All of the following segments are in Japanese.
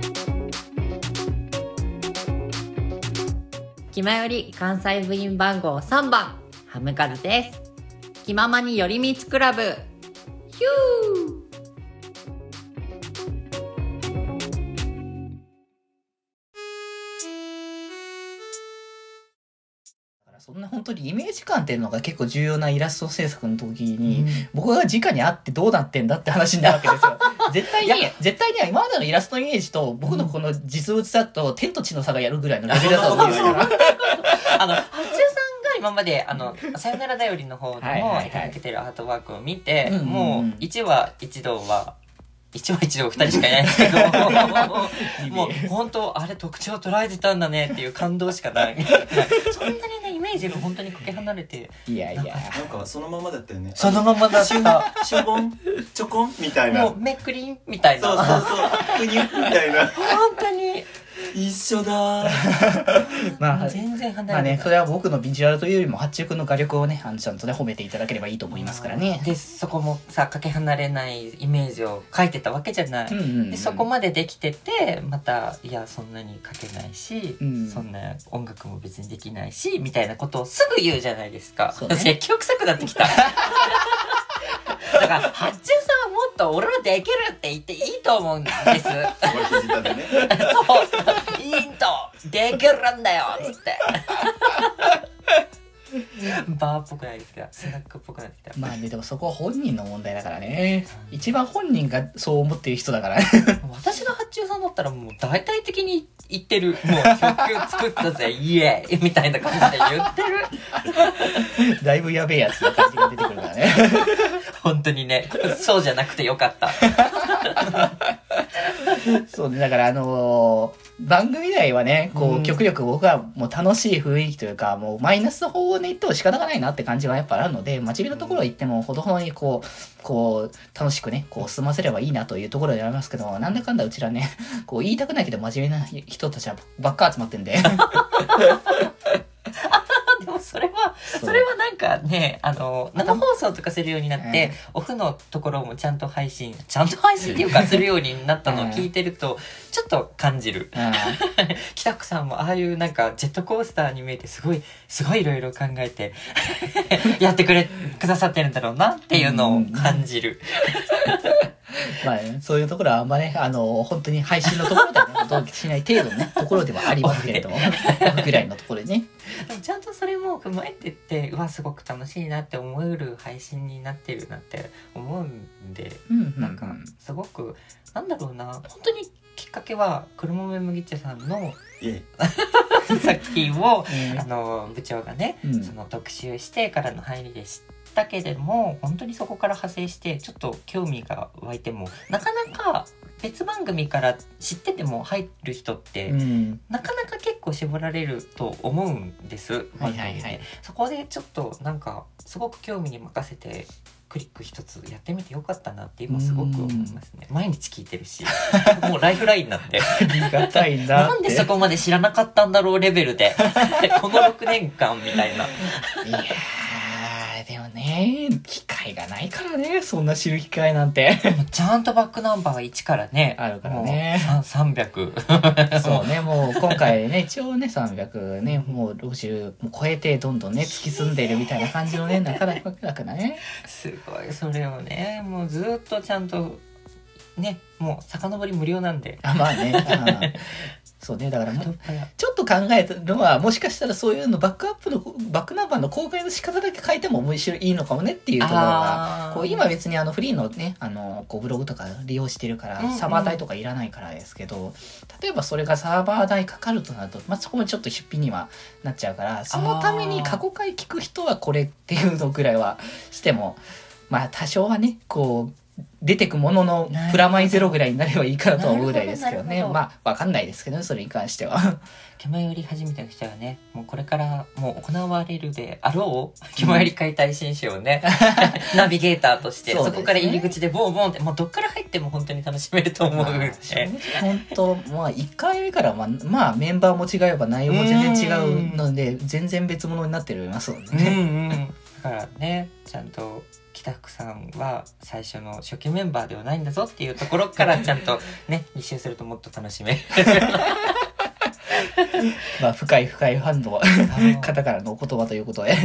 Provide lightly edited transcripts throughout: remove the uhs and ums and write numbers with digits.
気まより関西部員番号3番ハムカズです。気ままに寄り道クラブ、ヒュー。 そんな本当にイメージ感っていうのが結構重要なイラスト制作の時に、僕が直に会ってどうなってんだって話になるわけですよ。絶対に今までのイラストイメージと僕のこの実物だと天と地の差がやるぐらいのレベルだと思うんですから。 八中さんが今までさよならだよりの方でもいただけてるアートワークを見て、もう1話1度2人しかいないんですけどもう本当あれ特徴捉えてたんだねっていう感動しかないそんなにねイメージが本当にかけ離れて、 いやなんかそのままだったよね。 そのままだったシュボンチョコンみたいな、 もうめくりんみたいな、 ふにゅみたいな本当に一緒だまあ全然離れてない。 まあね、それは僕のビジュアルというよりも八中君の画力をね、ちゃんとね褒めていただければいいと思いますからね。 でそこもさかけ離れないイメージを描いてたわけじゃない、でそこまでできてて、またいやそんなに描けないし、そんな音楽も別にできないしみたいなことをすぐ言うじゃないですか。説教臭くなってきただから八中さんはもっと俺はできるって言っていいと思うんですすごい肘立てねそういいとできるんだよっつってバーっぽくないですか、スナックっぽくなってきた。 まあね、でもそこは本人の問題だからね。一番本人がそう思っている人だからね。 私が八中さんだったらもう大々的に言ってる。もう曲作ったぜイエーイみたいな感じで言ってるだいぶやべえやつの感じが出てくるからね。 本当にね、そうじゃなくてよかったそうね、だから番組内はね、こう、極力僕はもう楽しい雰囲気というか、もうマイナスの方をね、言っても仕方がないなって感じはやっぱあるので、真面目なところを言っても、ほどほどにこう、楽しくね、こう、済ませればいいなというところでありますけど、なんだかんだうちらね、こう、言いたくないけど真面目な人たちはばっか集まってんで。 でもそれはなんかね、生放送とかするようになって、オフのところもちゃんと配信っていうかするようになったのを聞いてると、ちょっと感じる。北区さんもああいうなんかジェットコースターに見えてすごいいろいろ考えてやってくださってるんだろうなっていうのを感じる。 まあね、そういうところはあんまね、本当に配信のところではね、お届けしない程度のね、ところではありますけれども、ぐらいのところでね。 でもちゃんとそれも踏まえてって、すごく楽しいなって思える配信になってるなって思うんで、なんか、すごく、なんだろうな、本当にきっかけは、黒豆麦茶さんの作品を、部長がね、その特集してからの入りでだけでも本当にそこから派生してちょっと興味が湧いてもなかなか別番組から知ってても入る人って、なかなか結構絞られると思うんです。そこでちょっとなんかすごく興味に任せてクリック一つやってみてよかったなって今すごく思いますね。毎日聞いてるしもうライフラインなんでありがたいなってなんでそこまで知らなかったんだろうレベルでこの6年間みたいな。 いやでもね、機会がないからね、そんな知る機会なんて。 ちゃんとバックナンバー1からね。 あるからね。 300。 そうね、もう今回ね、一応ね、300ね、もう60超えてどんどんね、突き進んでいるみたいな感じのね、なかなか楽なね。 すごい、それをね、もうずっとちゃんと、ね、もう遡り無料なんで。 まあね。そうね、だからちょっと考えたのは、もしかしたらそういうのバックナンバーの公開の仕方だけ変えても面白いいいのかもねっていうところが、こう今別にフリーのね、こうブログとか利用してるから、サーバー代とかいらないからですけど、例えばそれがサーバー代かかるとなると、そこもちょっと出費にはなっちゃうから、そのために過去回聞く人はこれっていうのぐらいはしても、多少はね、こう、出てくもののプラマイゼロぐらいになればいいかなとは思うぐらいですけどね。わかんないですけどね、それに関しては。 気まより初めての人はね、もうこれからもう行われるであろう気まより解体新書をね、ナビゲーターとして、そこから入り口でボンボンって、もうどっから入っても本当に楽しめると思うので。 本当、1回目からメンバーも違えば内容も全然違うので、全然別物になってますもんね。 だからねちゃんと北福さんは最初の初期メンバーではないんだぞっていうところからちゃんとね2周するともっと楽しめるまあ深いファンの方からのお言葉ということで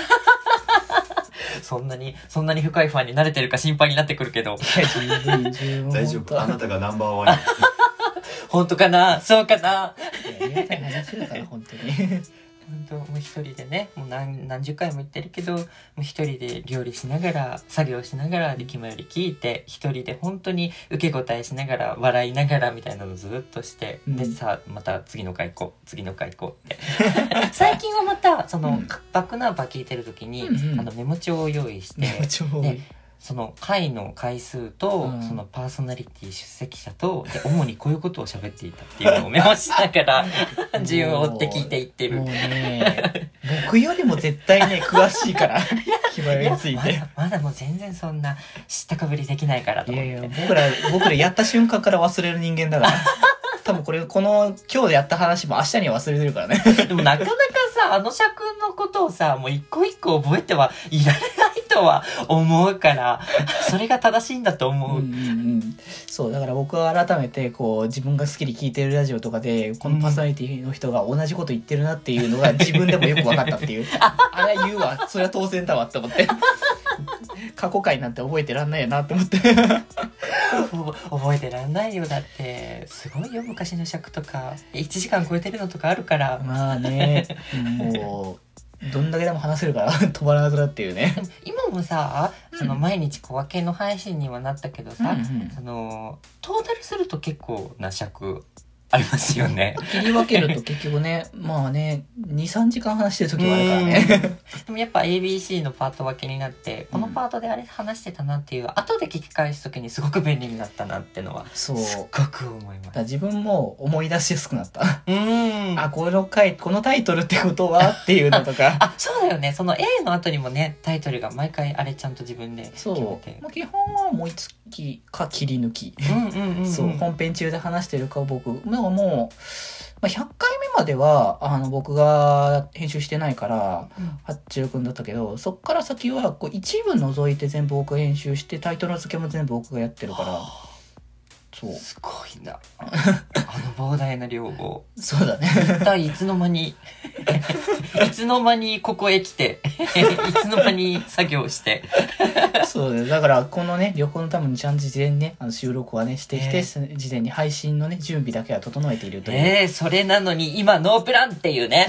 そんなに深いファンに慣れてるか心配になってくるけど大丈夫、あなたがナンバーワン本当かな、そうかな。 ありがたい話だから本当に本当もう一人でねもう何十回も言ってるけどもう一人で料理しながら作業しながらで気まより聞いて一人で本当に受け答えしながら笑いながらみたいなのをずっとして、でさあまた次の回行こうって最近はまたその、バックナンバー聞いてる時に、メモ帳を用意してメモ帳をでその回の回数と、そのパーソナリティ出席者とで主にこういうことを喋っていたっていうのをメモしながら順を追って聞いていってる。 もうね僕よりも絶対ね詳しいから気まよりについてまだもう全然そんな知ったかぶりできないからと思って。 いや僕らやった瞬間から忘れる人間だから多分この今日でやった話も明日には忘れてるからねでもなかなかさあの尺のことをさもう一個一個覚えてはいられないとは思うからそれが正しいんだと思う。 そうだから僕は改めてこう自分が好きで聞いてるラジオとかでこのパーソナリティの人が同じこと言ってるなっていうのが自分でもよく分かったっていうあれ言うわそれは当然だわって思って過去回なんて覚えてらんないよなって思って覚えてらんないよ。だってすごいよ昔の尺とか1時間超えてるのとかあるから。 まあねもうどんだけでも話せるから止まらなくなっていうね。 今もさその毎日小分けの配信にはなったけどさ、そのトータルすると結構な尺ありますよね。 切り分けると結局ねまあね 2,3 時間話してる時もあるからねでもやっぱ ABC のパート分けになってこのパートであれ話してたなっていう後で聞き返す時にすごく便利になったなってのはすっごく思います。 だ自分も思い出しやすくなったあこのタイトルってことはっていうのとかあそうだよね。その A の後にもねタイトルが毎回あれちゃんと自分で決めてそう、基本は思いつきか切り抜きそう本編中で話してるか僕もう、100回目までは僕が編集してないから八中くんだったけどそっから先はこう一部除いて全部僕が編集してタイトル付けも全部僕がやってるからそうすごいな膨大な量をそうだね一体いつの間にいつの間にここへ来ていつの間に作業してそうです。だからこのね旅行のためにちゃんと事前にね収録はねしてきて、事前に配信のね準備だけは整えているという。 それなのに今ノープランっていうね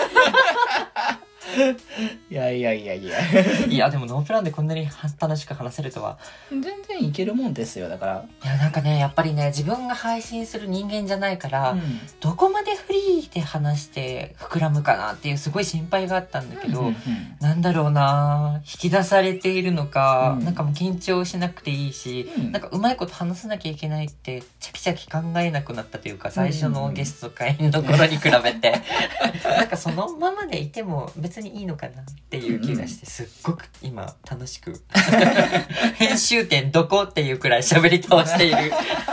いやいやでもノープランでこんなに楽しく話せるとは全然いけるもんですよ。だからいやなんかねやっぱりね自分が配信する人間じゃないから、どこまでフリーで話して膨らむかなっていうすごい心配があったんだけど、なんだろうな引き出されているのか、なんかもう緊張しなくていいし、なんかうまいこと話さなきゃいけないってチャキチャキ考えなくなったというか最初のゲスト会の頃に比べてなんかそのままでいても別にいいのかなっていう気がしてすっごく今楽しく編集点どこっていうくらい喋り倒している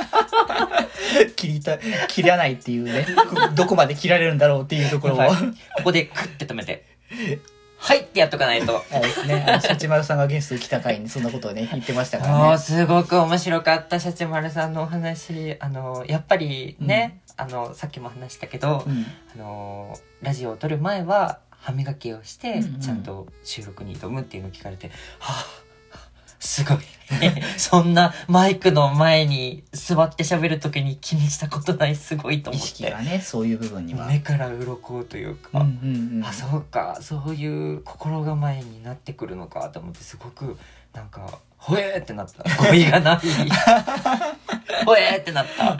切らないっていうねどこまで切られるんだろうっていうところをここでクッて止めてはいってやっとかないとあれですねシャチマルさんがゲスト来た回にそんなことをね言ってましたからね。 すごく面白かったシャチマルさんのお話やっぱりね、さっきも話したけど、ラジオを撮る前は歯磨きをして、ちゃんと収録に挑むっていうのを聞かれて、すごいそんなマイクの前に座って喋る時に気にしたことないすごいと思って意識がねそういう部分には目から鱗というか、そうかそういう心構えになってくるのかと思ってすごくなんかほえーってなった語彙がないほえーってなった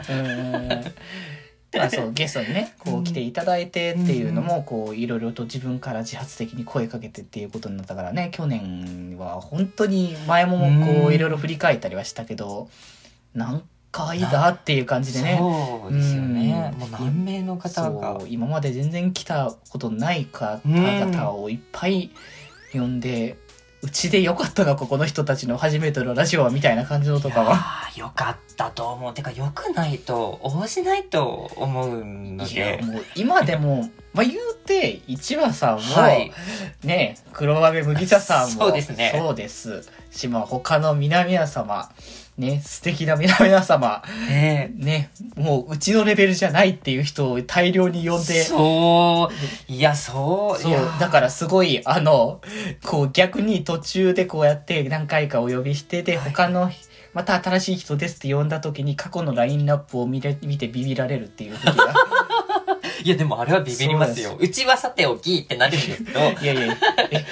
そうゲストにねこう来ていただいてっていうのもこういろいろと自分から自発的に声かけてっていうことになったからね。去年は本当に前もこういろいろ振り返ったりはしたけど何回だっていう感じでね。 そうですよね。もう何名の方が今まで全然来たことない方々をいっぱい呼んでうちでよかったのかこの人たちの初めてのラジオはみたいな感じのとかは。 よかったと思う。てかよくないと応じないと思うので。 もう今でもまあ言うて1話さんも、 はい、 ね黒豆麦茶さんもそうですね。 そうですし、まあ他の南屋様ね、素敵な南屋様、ね、もううちのレベルじゃないっていう人を大量に呼んで、 そう、いや、そう、 だからすごい、こう逆に途中でこうやって何回かお呼びしてで、他の、また新しい人ですって呼んだ時に過去のラインナップを見てビビられるっていう時が。 いやでもあれはビビりますよ。うちはさておきってなるんですけど。 いやいや、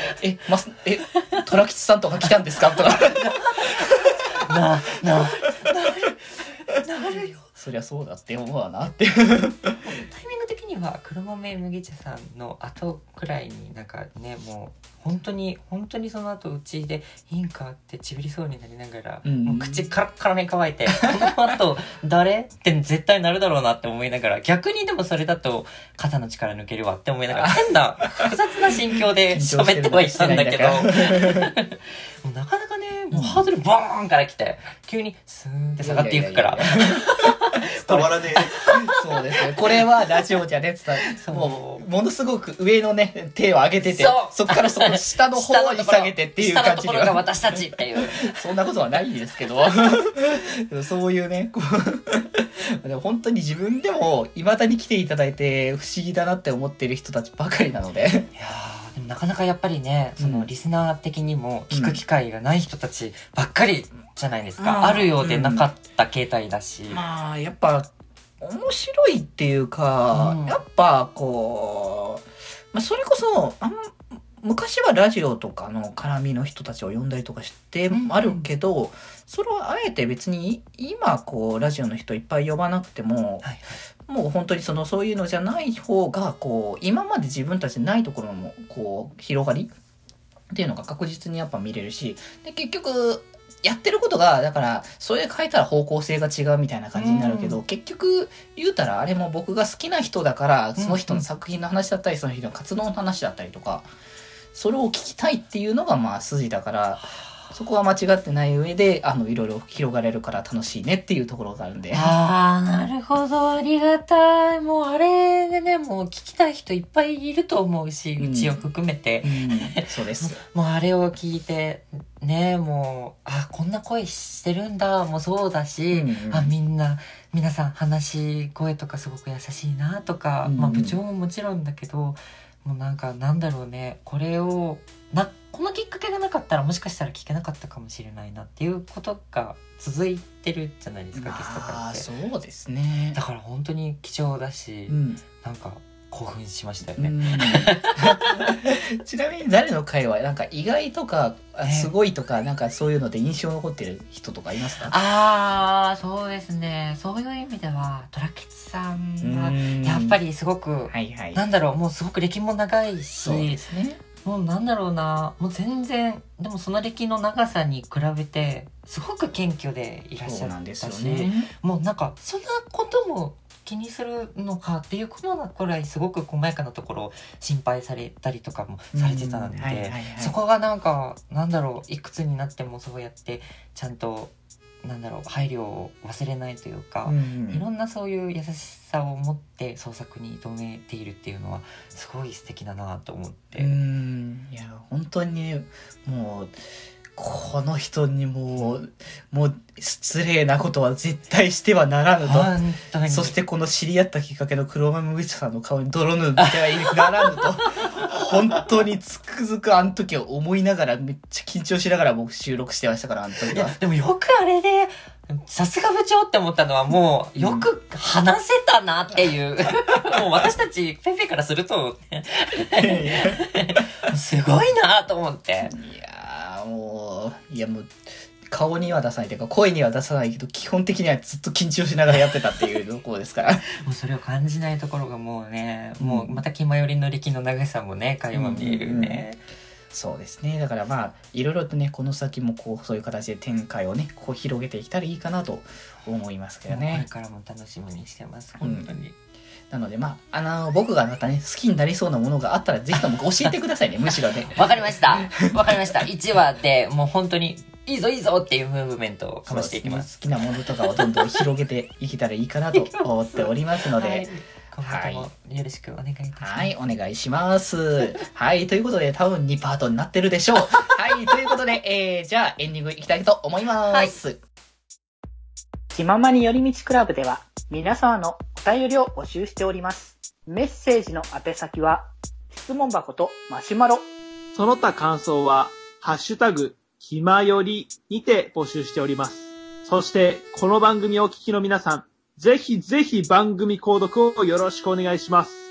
虎吉さんとか来たんですかとか。 なるよ。 そりゃそうだって思うわなっていう。 タイミング的には黒豆麦茶さんの後くらいになんかね、もう本当にその後うちでいいんかってちびりそうになりながら、もう口カラッカラに乾いて、この後誰って絶対なるだろうなって思いながら、逆にでもそれだと肩の力抜けるわって思いながら、変な複雑な心境で喋ってはいたんだけど、もうなかなかね、もうハードルボーンから来て、急にスーンって下がっていくから。 伝わらねえ。 そうですね。これはラジオじゃね、ものすごく上のね、手を上げてて、そっからその下の方に下げてっていう感じで。 下のところが私たちっていう。 そんなことはないんですけど、そういうね、でも本当に自分でも未だに来ていただいて不思議だなって思っている人たちばかりなので。いやでもなかなかやっぱりね、そのリスナー的にも聞く機会がない人たちばっかりじゃないですか。あるようでなかった形態だし。 まあ、やっぱ、面白いっていうか、やっぱこう、まあ、それこそ、昔はラジオとかの絡みの人たちを呼んだりとかしてあるけど、それはあえて別に今こうラジオの人いっぱい呼ばなくても、もう本当にそういうのじゃない方がこう今まで自分たちないところもこう広がりっていうのが確実にやっぱ見れるし、で結局やってることがだからそれ変えたら方向性が違うみたいな感じになるけど、結局言うたらあれも僕が好きな人だからその人の作品の話だったりその人の活動の話だったりとか、それを聞きたいっていうのがまあ筋だから、そこは間違ってない上でいろいろ広がれるから楽しいねっていうところがあるんで。 なるほど、ありがたい。もうあれでね、もう聞きたい人いっぱいいると思うし、うちを含めて、 そうですもうあれを聞いてね、もうこんな声してるんだもそうだし、皆さん話し声とかすごく優しいなとか、部長ももちろんだけど、もうなんだろうね、このきっかけがなかったらもしかしたら聞けなかったかもしれないなっていうことが続いてるじゃないですか、ゲストからって。 そうですね。 だから本当に貴重だし、なんか興奮しましたよね。 ちなみに誰の会話なんか意外とかすごいとかなんかそういうので印象残ってる人とかいますか？ そうですね。そういう意味では虎吉さんはやっぱりすごく、なんだろう、もうすごく歴も長いし、 そうですね。 もうなんだろうな、もう全然でもその歴の長さに比べてすごく謙虚でいらっしゃったし、もうなんかそんなことも気にするのかっていうことのくらいすごく細やかなところを心配されたりとかもされてたので、そこがなんかなんだろう、いくつになってもそうやってちゃんとなんだろう、配慮を忘れないというか、いろんなそういう優しさを持って創作に挑めているっていうのはすごい素敵だなと思って。 いや本当にね、もうこの人にもう失礼なことは絶対してはならぬと、そしてこの知り合ったきっかけの黒豆麦茶さんの顔に泥塗ってはならぬと本当につくづくあの時は思いながら、めっちゃ緊張しながら僕収録してましたから、あの時は。 いやでもよくあれでさすが部長って思ったのは、もうよく話せたなっていう、もう私たちペペからするとすごいなと思って。 もう顔には出さないというか声には出さないけど、基本的にはずっと緊張しながらやってたっていうところですからもうそれを感じないところがもうね、もうまた気まよりの歴の長さもね垣間見えるね。 そうですね。だからまあいろいろとね、この先もこうそういう形で展開をねこう広げていけたらいいかなと思いますけどね。 これからも楽しみにしてます、本当に。 なので、僕がまたね、好きになりそうなものがあったら、ぜひとも教えてくださいね、むしろね。 わかりました。1話でもう本当に、いいぞいいぞっていうムーブメントをかましていきます。 好きなものとかをどんどん広げていけたらいいかなと思っておりますので、 今後ともよろしくお願いいたします。 はい、お願いします。はい、ということで多分2パートになってるでしょう。はい、ということで、じゃあエンディングいきたいと思います。はい、 気ままに寄り道クラブでは皆様のお便りを募集しております。メッセージの宛先は質問箱とマシュマロ。 その他感想はハッシュタグ気まよりにて募集しております。そしてこの番組をお聞きの皆さん、ぜひぜひ番組購読をよろしくお願いします。